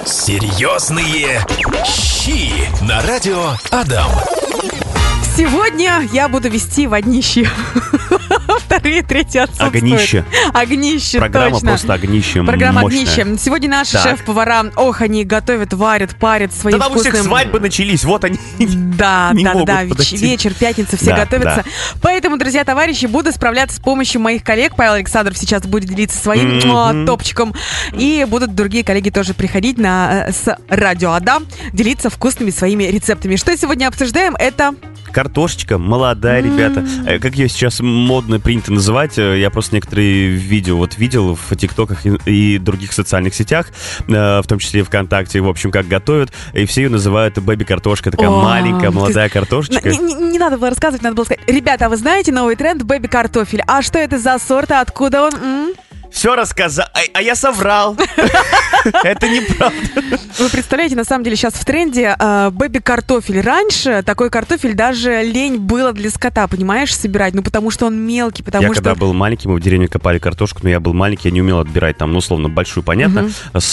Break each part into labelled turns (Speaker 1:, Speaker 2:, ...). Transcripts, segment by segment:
Speaker 1: Серьезные щи на радио Адам.
Speaker 2: Сегодня я буду вести в однище. Вторые, третьи отсутствуют. Огнище,
Speaker 3: Программа
Speaker 2: точно.
Speaker 3: просто огнище.
Speaker 2: Программа
Speaker 3: мощная.
Speaker 2: «Огнище». Сегодня наши
Speaker 3: Так.
Speaker 2: шеф-повара, они готовят, варят, парят своим
Speaker 3: Да там у всех
Speaker 2: вкусным...
Speaker 3: свадьбы начались, вот они.
Speaker 2: Да,
Speaker 3: не могут подойти.
Speaker 2: вечер, пятница, все
Speaker 3: Да,
Speaker 2: готовятся.
Speaker 3: да.
Speaker 2: Поэтому, друзья, товарищи, буду справляться с помощью моих коллег. Павел Александров сейчас будет делиться своим топчиком. И будут другие коллеги тоже приходить с Радио Адам, делиться вкусными своими рецептами. Что сегодня обсуждаем, это...
Speaker 3: Картошечка молодая, ребята. Как ее сейчас модно принято называть, я просто некоторые видео видел в ТикТоках и других социальных сетях, в том числе и ВКонтакте, в общем, как готовят, и все ее называют бэби-картошка, такая маленькая молодая картошечка.
Speaker 2: Не надо было рассказывать, надо было сказать. Ребята, вы знаете новый тренд бэби-картофель? А что это за сорт, а откуда он?
Speaker 3: Все рассказал, а я соврал. Это неправда.
Speaker 2: Вы представляете, на самом деле сейчас в тренде бэби-картофель. Раньше такой картофель даже лень было для скота, понимаешь, собирать. Потому что он мелкий, потому что...
Speaker 3: Я когда был маленький, мы в деревне копали картошку, но я был маленький, я не умел отбирать там, условно, большую, понятно,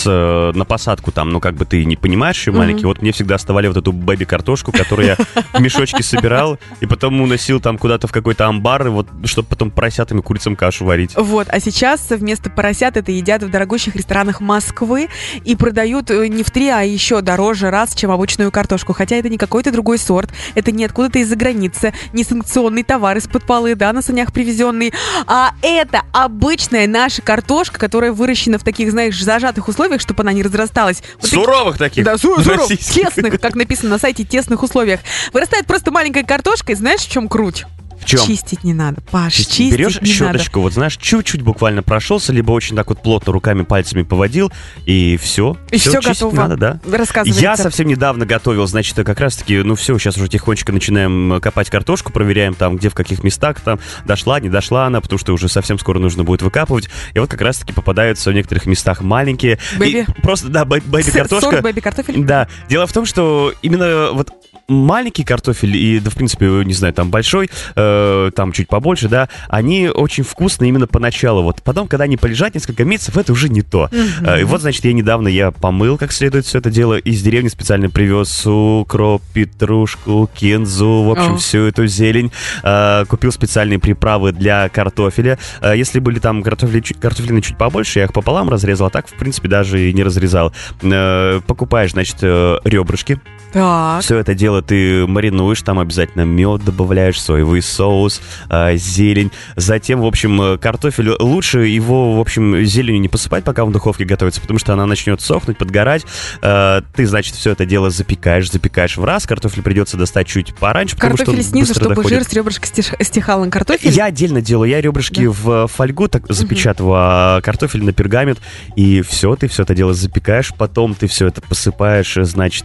Speaker 3: на посадку там, ты не понимаешь, еще маленький. Вот мне всегда оставали вот эту бэби-картошку, которую я в мешочке собирал, и потом уносил там куда-то в какой-то амбар, чтобы потом поросятам и курицам кашу варить.
Speaker 2: А сейчас вместо поросят это едят в дорогущих ресторанах Москвы и продают не в 3, а еще дороже раз, чем обычную картошку. Хотя это не какой-то другой сорт, это не откуда-то из-за границы, не санкционный товар из-под полы, на санях привезенный, а это обычная наша картошка, которая выращена в таких, знаешь, зажатых условиях, чтобы она не разрасталась.
Speaker 3: Суровых таких?
Speaker 2: Да, суровых, тесных, как написано на сайте, тесных условиях. Вырастает просто маленькая картошка, и знаешь, в чем круть?
Speaker 3: В чем?
Speaker 2: Чистить не надо, Паш, чистить
Speaker 3: берешь
Speaker 2: не
Speaker 3: щеточку,
Speaker 2: надо.
Speaker 3: чуть-чуть буквально прошелся, либо очень так плотно руками, пальцами поводил, и все.
Speaker 2: И все
Speaker 3: чистить
Speaker 2: готово.
Speaker 3: надо, да.
Speaker 2: Рассказывай.
Speaker 3: Я
Speaker 2: рецепт.
Speaker 3: совсем недавно готовил, как раз-таки, все, сейчас уже тихонечко начинаем копать картошку, проверяем там, где, в каких местах там дошла, не дошла она, потому что уже совсем скоро нужно будет выкапывать. И вот как раз-таки попадаются в некоторых местах маленькие.
Speaker 2: Бэби?
Speaker 3: Просто, да, бэби-картошка.
Speaker 2: Сорт бэби-картофель?
Speaker 3: Да. Дело в том, что именно маленький картофель и, в принципе, не знаю, там большой, там чуть побольше, да, они очень вкусные именно поначалу. Потом, когда они полежат несколько месяцев, это уже не то. И значит, я помыл как следует все это дело, из деревни специально привез укроп, петрушку, кинзу, в общем, всю эту зелень. Купил специальные приправы для картофеля. Если были там картофелины чуть побольше, я их пополам разрезал, а так, в принципе, даже и не разрезал. Покупаешь, ребрышки.
Speaker 2: Так.
Speaker 3: Все это дело ты маринуешь, там обязательно мед добавляешь, соевый соус, зелень. Затем, в общем, картофель лучше его, в общем, зеленью не посыпать, пока он в духовке готовится, потому что она начнет сохнуть, подгорать. Ты, все это дело запекаешь в раз. Картофель придется достать чуть пораньше, потому что он
Speaker 2: картофель снизу,
Speaker 3: быстро
Speaker 2: чтобы
Speaker 3: доходит.
Speaker 2: жир с ребрышка стихал на картофель?
Speaker 3: Я отдельно делаю. Я ребрышки в фольгу так запечатываю, а картофель на пергамент. И ты все это дело запекаешь. Потом ты все это посыпаешь,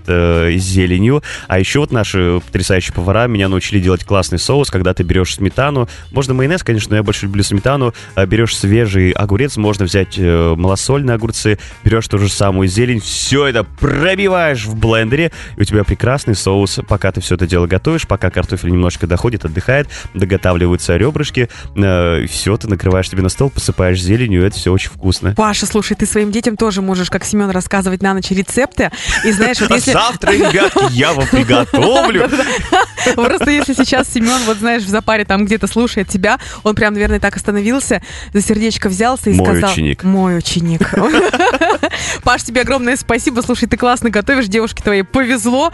Speaker 3: зеленью. А еще наши потрясающие повара меня научили делать классный соус, когда ты берешь сметану. Можно майонез, конечно, но я больше люблю сметану. Берешь свежий огурец, можно взять малосольные огурцы. Берешь ту же самую зелень. Все это пробиваешь в блендере. И у тебя прекрасный соус. Пока ты все это дело готовишь, пока картофель немножко доходит, отдыхает, доготавливаются ребрышки. Все, ты накрываешь себе на стол, посыпаешь зеленью, и это все очень вкусно.
Speaker 2: Паша, слушай, ты своим детям тоже можешь, как Семен, рассказывать на ночь рецепты. И знаешь, если...
Speaker 3: Завтра, ребятки, я вам приготовлю.
Speaker 2: Просто если сейчас Семен, в запаре там где-то слушает тебя, он прям, наверное, так остановился, за сердечко взялся и сказал... Мой ученик. Паш, тебе огромное спасибо. Слушай, ты классно готовишь, девушке твоей повезло.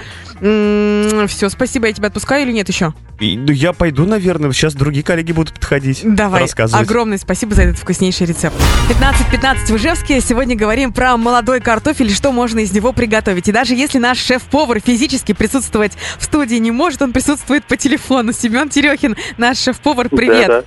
Speaker 2: Все, спасибо, я тебя отпускаю или нет еще?
Speaker 3: Я пойду, наверное. Сейчас другие коллеги будут подходить.
Speaker 2: Давай,
Speaker 3: рассказывать.
Speaker 2: Огромное спасибо за этот вкуснейший рецепт. 15:15 в Ижевске. Сегодня говорим про молодой картофель, что можно из него приготовить. И даже если наш шеф-повар физически присутствовать в студии не может, он присутствует по телефону. Семен Терехин, наш шеф-повар, привет.
Speaker 4: Да.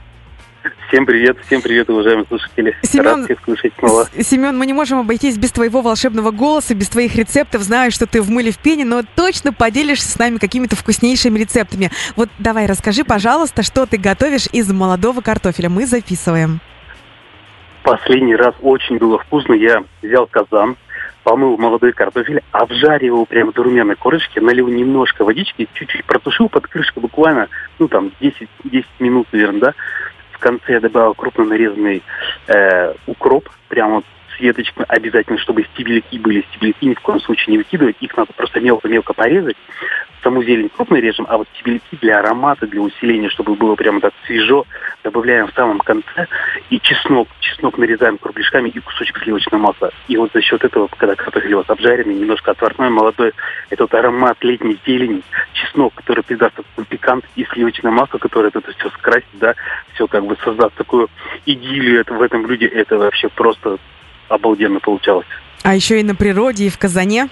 Speaker 4: Всем привет, уважаемые слушатели. Рад всех слышать снова.
Speaker 2: Семен, мы не можем обойтись без твоего волшебного голоса, без твоих рецептов. Знаю, что ты в мыле в пене, но точно поделишься с нами какими-то вкуснейшими рецептами. Давай, расскажи, пожалуйста, что ты готовишь из молодого картофеля. Мы записываем.
Speaker 4: Последний раз очень было вкусно. Я взял казан, помыл молодой картофель, обжарил его прямо до румяной корочки, налил немножко водички, чуть-чуть протушил под крышкой буквально, 10 минут, наверное, да. В конце я добавил крупно нарезанный укроп, прямо с веточками, обязательно, чтобы стебельки были. Стебельки ни в коем случае не выкидывать, их надо просто мелко-мелко порезать. Саму зелень крупно режем, а вот стебельки для аромата, для усиления, чтобы было прямо так свежо, добавляем в самом конце. И чеснок нарезаем кругляшками и кусочек сливочного масла. И вот за счет этого, когда картофель у вас обжаренный, немножко отварной, молодой, этот аромат летней зелени, чеснок, который придаст такой пикант, и сливочное масло, которое это все скрасит, да, все как бы создаст такую идиллию в этом блюде, это вообще просто обалденно получалось.
Speaker 2: А еще и на природе, и в казане.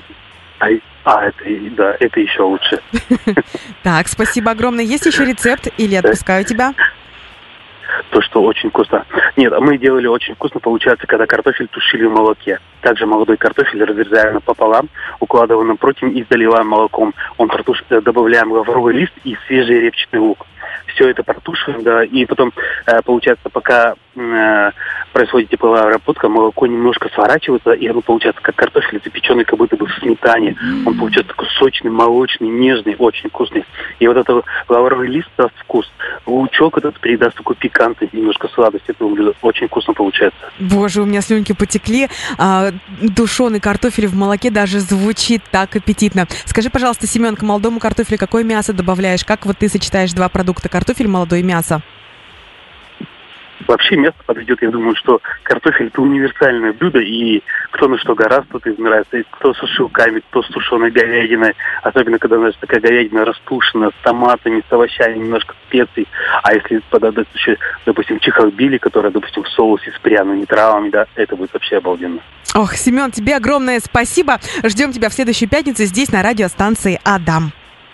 Speaker 4: Это еще лучше.
Speaker 2: Так, спасибо огромное. Есть еще рецепт или отпускаю тебя?
Speaker 4: То, что очень вкусно. Нет, мы делали очень вкусно, получается, когда картофель тушили в молоке. Также молодой картофель разрезаем пополам, укладываем на противень и заливаем молоком. Добавляем лавровый лист и свежий репчатый лук. Все это протушиваем, да, и потом, получается, пока происходит тепловая обработка, молоко немножко сворачивается, и оно получается как картофель запеченный, как будто бы в сметане. Он получается такой сочный, молочный, нежный, очень вкусный. И вот этот лавровый лист даст вкус. Лучок этот придаст такой пикантный, немножко сладость этому блюду. Очень вкусно получается.
Speaker 2: Боже, у меня слюнки потекли. Тушеный картофель в молоке даже звучит так аппетитно. Скажи, пожалуйста, Семен, к молодому картофелю какое мясо добавляешь? Как вот ты сочетаешь два продукта, картофель, молодое мясо?
Speaker 4: Вообще мясо подойдет, я думаю, что картофель – это универсальное блюдо, и кто на что гораздо, кто-то из нравится, кто с шелками, кто с тушеной говядиной, особенно когда, знаешь, такая говядина растушена, с томатами, с овощами, немножко специй, а если подадать еще, допустим, чехарбили, которая, допустим, в соусе с пряными травами, да, это будет вообще обалденно.
Speaker 2: Ох, Семен, тебе огромное спасибо. Ждем тебя в следующую пятницу здесь, на радиостанции «Адам».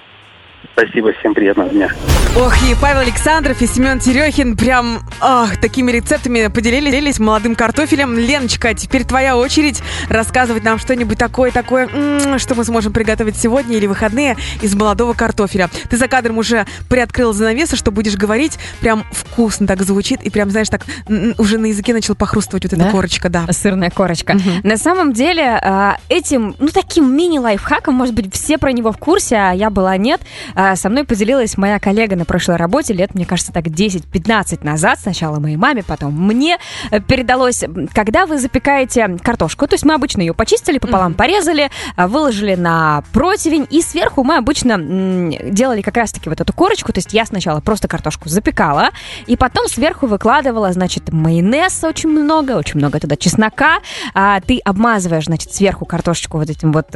Speaker 4: Спасибо, всем приятного дня.
Speaker 2: Ох, и Павел Александров, и Семен Терехин прям такими рецептами поделились молодым картофелем. Леночка, теперь твоя очередь рассказывать нам что-нибудь такое, что мы сможем приготовить сегодня или выходные из молодого картофеля. Ты за кадром уже приоткрыл занавесу, что будешь говорить, прям вкусно так звучит, и прям, знаешь, так уже на языке начал похрустывать вот эта корочка, да.
Speaker 5: Сырная корочка. На самом деле, этим, таким мини-лайфхаком, может быть, все про него в курсе, а я была нет, со мной поделилась моя коллега на прошлой работе, лет, мне кажется, так 10-15 назад. Сначала моей маме, потом мне передалось. Когда вы запекаете картошку, то есть мы обычно ее почистили, пополам порезали, выложили на противень, и сверху мы обычно делали как раз-таки вот эту корочку, то есть я сначала просто картошку запекала, и потом сверху выкладывала, значит, майонез очень много туда чеснока, ты обмазываешь, значит, сверху картошечку вот этим вот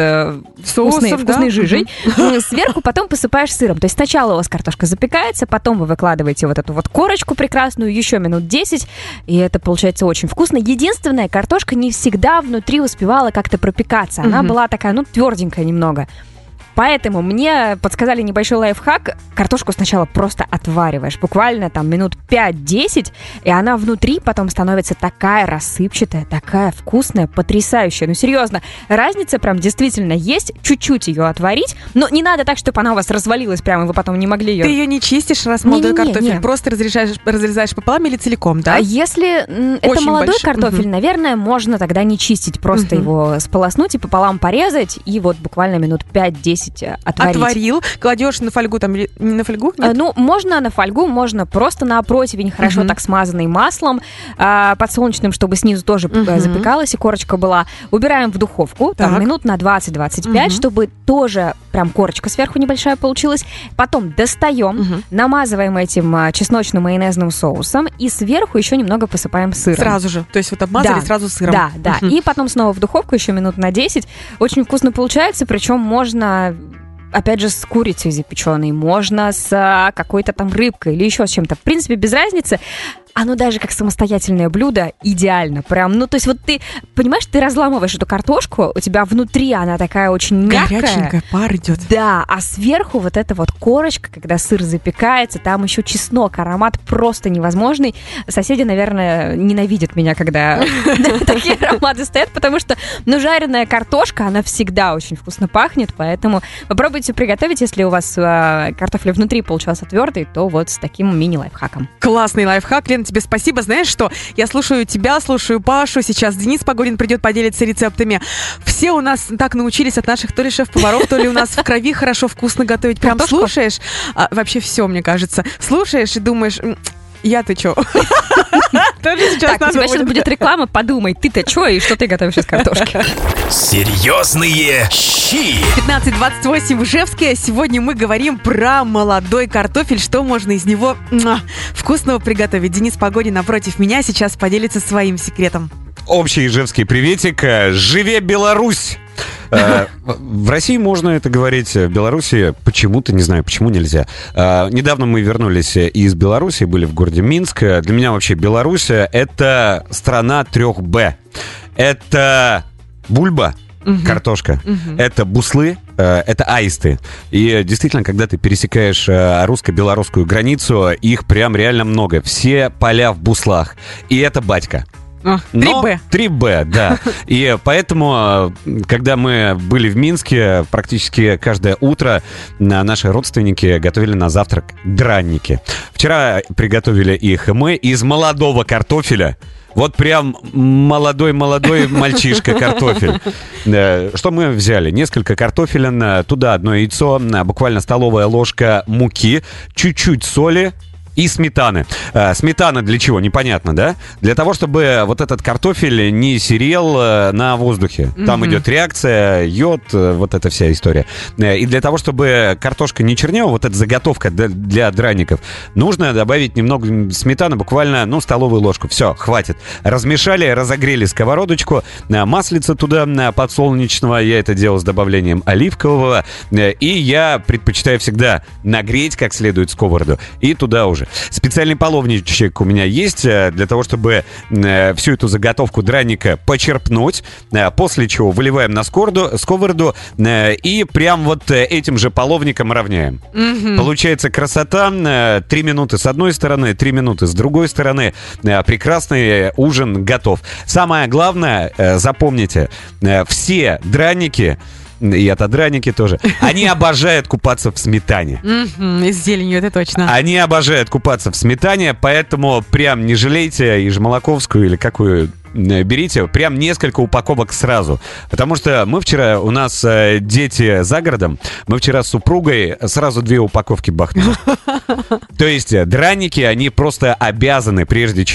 Speaker 5: вкусной жижей, сверху потом посыпаешь сыром. То есть сначала у вас картошка запекается, потом вы выкладываете вот эту вот корочку прекрасную, еще минут 10, и это получается очень вкусно. Единственное, картошка не всегда внутри успевала как-то пропекаться. Она была такая, тверденькая немного. Поэтому мне подсказали небольшой лайфхак. Картошку сначала просто отвариваешь, буквально там минут 5-10, и она внутри потом становится такая рассыпчатая, такая вкусная, потрясающая. Серьезно, разница прям действительно есть. Чуть-чуть ее отварить, но не надо так, чтобы она у вас развалилась прямо, и вы потом не могли ее...
Speaker 2: Ты ее не чистишь, раз молодой картофель, просто разрезаешь пополам или целиком, да?
Speaker 5: А если это молодой картофель, наверное, можно тогда не чистить, просто его сполоснуть и пополам порезать, и вот буквально минут 5-10 отварить.
Speaker 2: Отварил, кладешь на фольгу, там, не на фольгу? Нет?
Speaker 5: Можно на фольгу, можно просто на противень, хорошо так смазанный маслом, подсолнечным, чтобы снизу тоже запекалась и корочка была. Убираем в духовку, там, минут на 20-25, чтобы тоже прям корочка сверху небольшая получилась. Потом достаем, намазываем этим чесночно-майонезным соусом и сверху еще немного посыпаем сыром.
Speaker 2: Сразу же, то есть вот обмазали сразу сыром.
Speaker 5: Да. И потом снова в духовку еще минут на 10. Очень вкусно получается, причем можно... Опять же, с курицей запеченной, можно с какой-то там рыбкой или еще с чем-то. В принципе, без разницы. Оно даже как самостоятельное блюдо идеально. Прям, то есть вот ты, понимаешь, ты разламываешь эту картошку, у тебя внутри она такая очень мягкая.
Speaker 2: Горяченькая, пар идет.
Speaker 5: Да, а сверху вот эта вот корочка, когда сыр запекается, там еще чеснок, аромат просто невозможный. Соседи, наверное, ненавидят меня, когда такие ароматы стоят, потому что, жареная картошка, она всегда очень вкусно пахнет, поэтому попробуйте приготовить, если у вас картофель внутри получался твердый, то вот с таким мини-лайфхаком.
Speaker 2: Классный лайфхак, Лен, тебе спасибо. Знаешь что? Я слушаю тебя, слушаю Пашу. Сейчас Денис Погодин придет поделиться рецептами. Все у нас так научились от наших то ли шеф-поваров, то ли у нас в крови хорошо, вкусно готовить. Прям слушаешь, вообще все, мне кажется. Слушаешь и думаешь... Я-то чё? Тоже сейчас
Speaker 5: Так, у тебя сейчас будет реклама, подумай, ты-то что и что ты готовишь из картошки?
Speaker 1: Серьезные щи.
Speaker 2: 15:28 в Ижевске. Сегодня мы говорим про молодой картофель. Что можно из него вкусного приготовить? Денис Погодин напротив меня сейчас поделится своим секретом.
Speaker 6: Общий ижевский приветик. Живе Беларусь! В России можно это говорить, в Беларуси почему-то, не знаю, почему нельзя. Недавно мы вернулись из Беларуси, были в городе Минск. Для меня вообще Беларусь — это страна 3Б. Это бульба, картошка, это буслы, это аисты. И действительно, когда ты пересекаешь русско-белорусскую границу, их прям реально много. Все поля в буслах. И это батька.
Speaker 2: 3Б.
Speaker 6: 3Б, да. И поэтому, когда мы были в Минске, практически каждое утро наши родственники готовили на завтрак драники. Вчера приготовили их мы из молодого картофеля. Вот прям молодой мальчишка картофель. Что мы взяли? Несколько картофелин, туда одно яйцо, буквально столовая ложка муки, чуть-чуть соли и сметаны. Сметана для чего? Непонятно, да? Для того, чтобы вот этот картофель не серел на воздухе. Там идет реакция, йод, вот эта вся история. И для того, чтобы картошка не чернела, вот эта заготовка для драников, нужно добавить немного сметаны, буквально, столовую ложку. Все, хватит. Размешали, разогрели сковородочку, маслица туда подсолнечного, я это делал с добавлением оливкового, и я предпочитаю всегда нагреть как следует сковороду, и туда уже. Специальный половничек у меня есть для того, чтобы всю эту заготовку драника почерпнуть, после чего выливаем на сковороду и прям вот этим же половником равняем. Получается красота. 3 минуты с одной стороны, 3 минуты с другой стороны. Прекрасный ужин готов. Самое главное, запомните, все драники, и это драники тоже, они обожают купаться в сметане.
Speaker 2: И с зеленью, это точно.
Speaker 6: Они обожают купаться в сметане, поэтому прям не жалейте ежемолоковскую или какую берите, прям несколько упаковок сразу. Потому что у нас дети за городом, мы вчера с супругой сразу 2 упаковки бахнули. То есть драники, они просто обязаны, прежде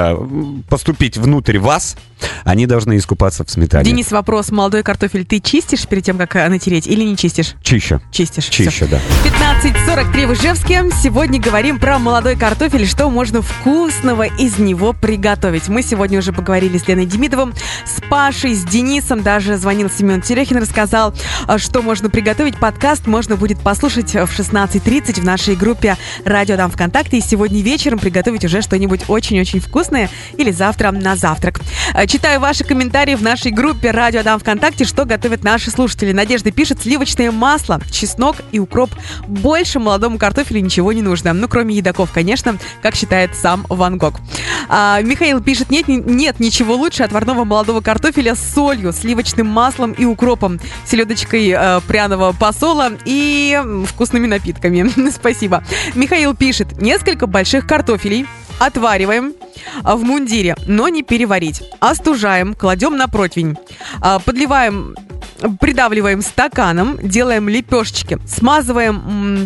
Speaker 6: чем поступить внутрь вас, они должны искупаться в сметане.
Speaker 2: Денис, вопрос. Молодой картофель ты чистишь перед тем, как натереть, или не чистишь?
Speaker 6: Чище.
Speaker 2: Чистишь.
Speaker 6: Чище, да.
Speaker 2: 15:43 в Ижевске. Сегодня говорим про молодой картофель, что можно вкусного из него приготовить. Мы сегодня уже поговорили с Леной Демидовым, с Пашей, с Денисом. Даже звонил Семен Терехин, рассказал, что можно приготовить. Подкаст можно будет послушать в 16:30 в нашей группе «Радио Адам ВКонтакте». И сегодня вечером приготовить уже что-нибудь очень-очень вкусное или завтра на завтрак. Читаю ваши комментарии в нашей группе «Радио Адам ВКонтакте», что готовят наши слушатели. Надежда пишет: сливочное масло, чеснок и укроп. Больше молодому картофелю ничего не нужно. Кроме едоков, конечно, как считает сам Ван Гог. Михаил пишет: нет ничего лучше отварного молодого картофеля с солью, сливочным маслом и укропом, селедочкой пряного посола и вкусными напитками. Спасибо. Михаил пишет: несколько больших картофелей отвариваем в мундире, но не переварить. Остужаем, кладем на противень, подливаем, придавливаем стаканом, делаем лепешечки, смазываем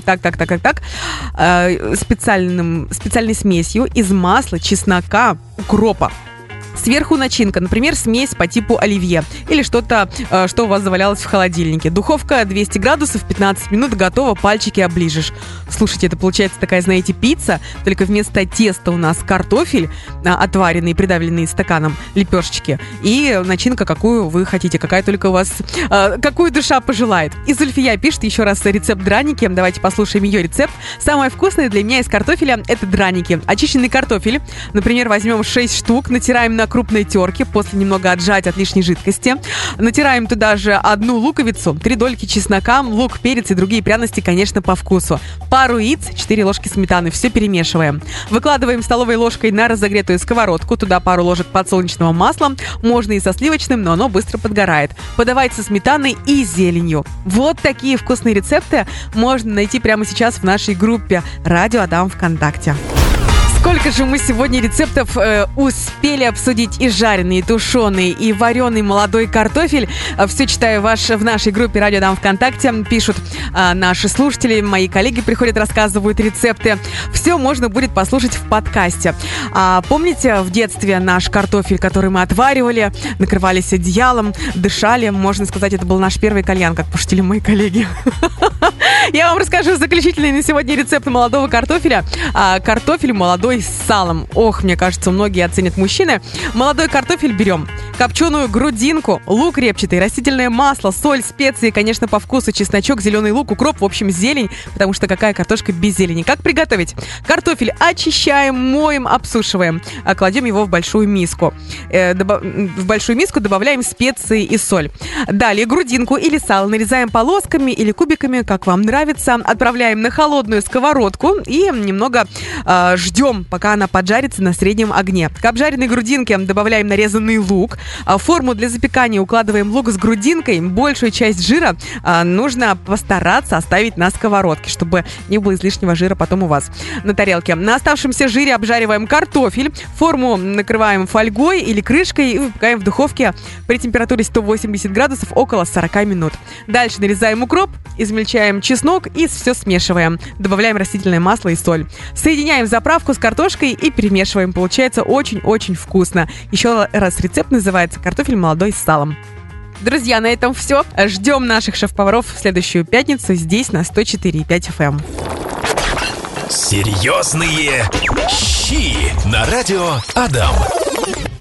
Speaker 2: специальной смесью из масла, чеснока, укропа. Сверху начинка, например, смесь по типу оливье или что-то, что у вас завалялось в холодильнике. Духовка 200 градусов, 15 минут, готово, пальчики оближешь. Слушайте, это получается такая, знаете, пицца, только вместо теста у нас картофель отваренный, придавленный стаканом, лепешечки, и начинка, какую вы хотите, какая только у вас, какую душа пожелает. И Зульфия пишет еще раз рецепт драники. Давайте послушаем ее рецепт. Самое вкусное для меня из картофеля — это драники. Очищенный картофель, например, возьмем 6 штук, натираем на крупной терке, после немного отжать от лишней жидкости. Натираем туда же 1 луковицу, 3 дольки чеснока, лук, перец и другие пряности, конечно, по вкусу. Пару яиц, 4 ложки сметаны, все перемешиваем. Выкладываем столовой ложкой на разогретую сковородку, туда пару ложек подсолнечного масла, можно и со сливочным, но оно быстро подгорает. Подавайте со сметаной и зеленью. Вот такие вкусные рецепты можно найти прямо сейчас в нашей группе «Радио Адам ВКонтакте». Сколько же мы сегодня рецептов успели обсудить: и жареный, и тушеный, и вареный молодой картофель. Все читаю в нашей группе «Радио Адам» ВКонтакте. Пишут наши слушатели, мои коллеги приходят, рассказывают рецепты. Все можно будет послушать в подкасте. Помните в детстве наш картофель, который мы отваривали, накрывались одеялом, дышали? Можно сказать, это был наш первый кальян, как пошутили мои коллеги. Я вам расскажу заключительный на сегодня рецепт молодого картофеля. Картофель молодой с салом. Ох, мне кажется, многие оценят мужчины. Молодой картофель берем. Копченую грудинку, лук репчатый, растительное масло, соль, специи, конечно, по вкусу, чесночок, зеленый лук, укроп, в общем, зелень, потому что какая картошка без зелени. Как приготовить? Картофель очищаем, моем, обсушиваем, кладем его в большую миску. В большую миску добавляем специи и соль. Далее грудинку или сало нарезаем полосками или кубиками, как вам нравится. Отправляем на холодную сковородку и немного ждем, пока она поджарится на среднем огне. К обжаренной грудинке добавляем нарезанный лук. В форму для запекания укладываем лук с грудинкой. Большую часть жира нужно постараться оставить на сковородке, чтобы не было излишнего жира потом у вас на тарелке. На оставшемся жире обжариваем картофель. Форму накрываем фольгой или крышкой и выпекаем в духовке при температуре 180 градусов около 40 минут. Дальше нарезаем укроп, измельчаем чеснок и все смешиваем. Добавляем растительное масло и соль. Соединяем заправку с картошкой и перемешиваем. Получается очень-очень вкусно. Еще раз рецепт называется «Картофель молодой с салом». Друзья, на этом все. Ждем наших шеф-поваров в следующую пятницу здесь на 104,5 FM.
Speaker 1: Серьезные щи на радио Адам.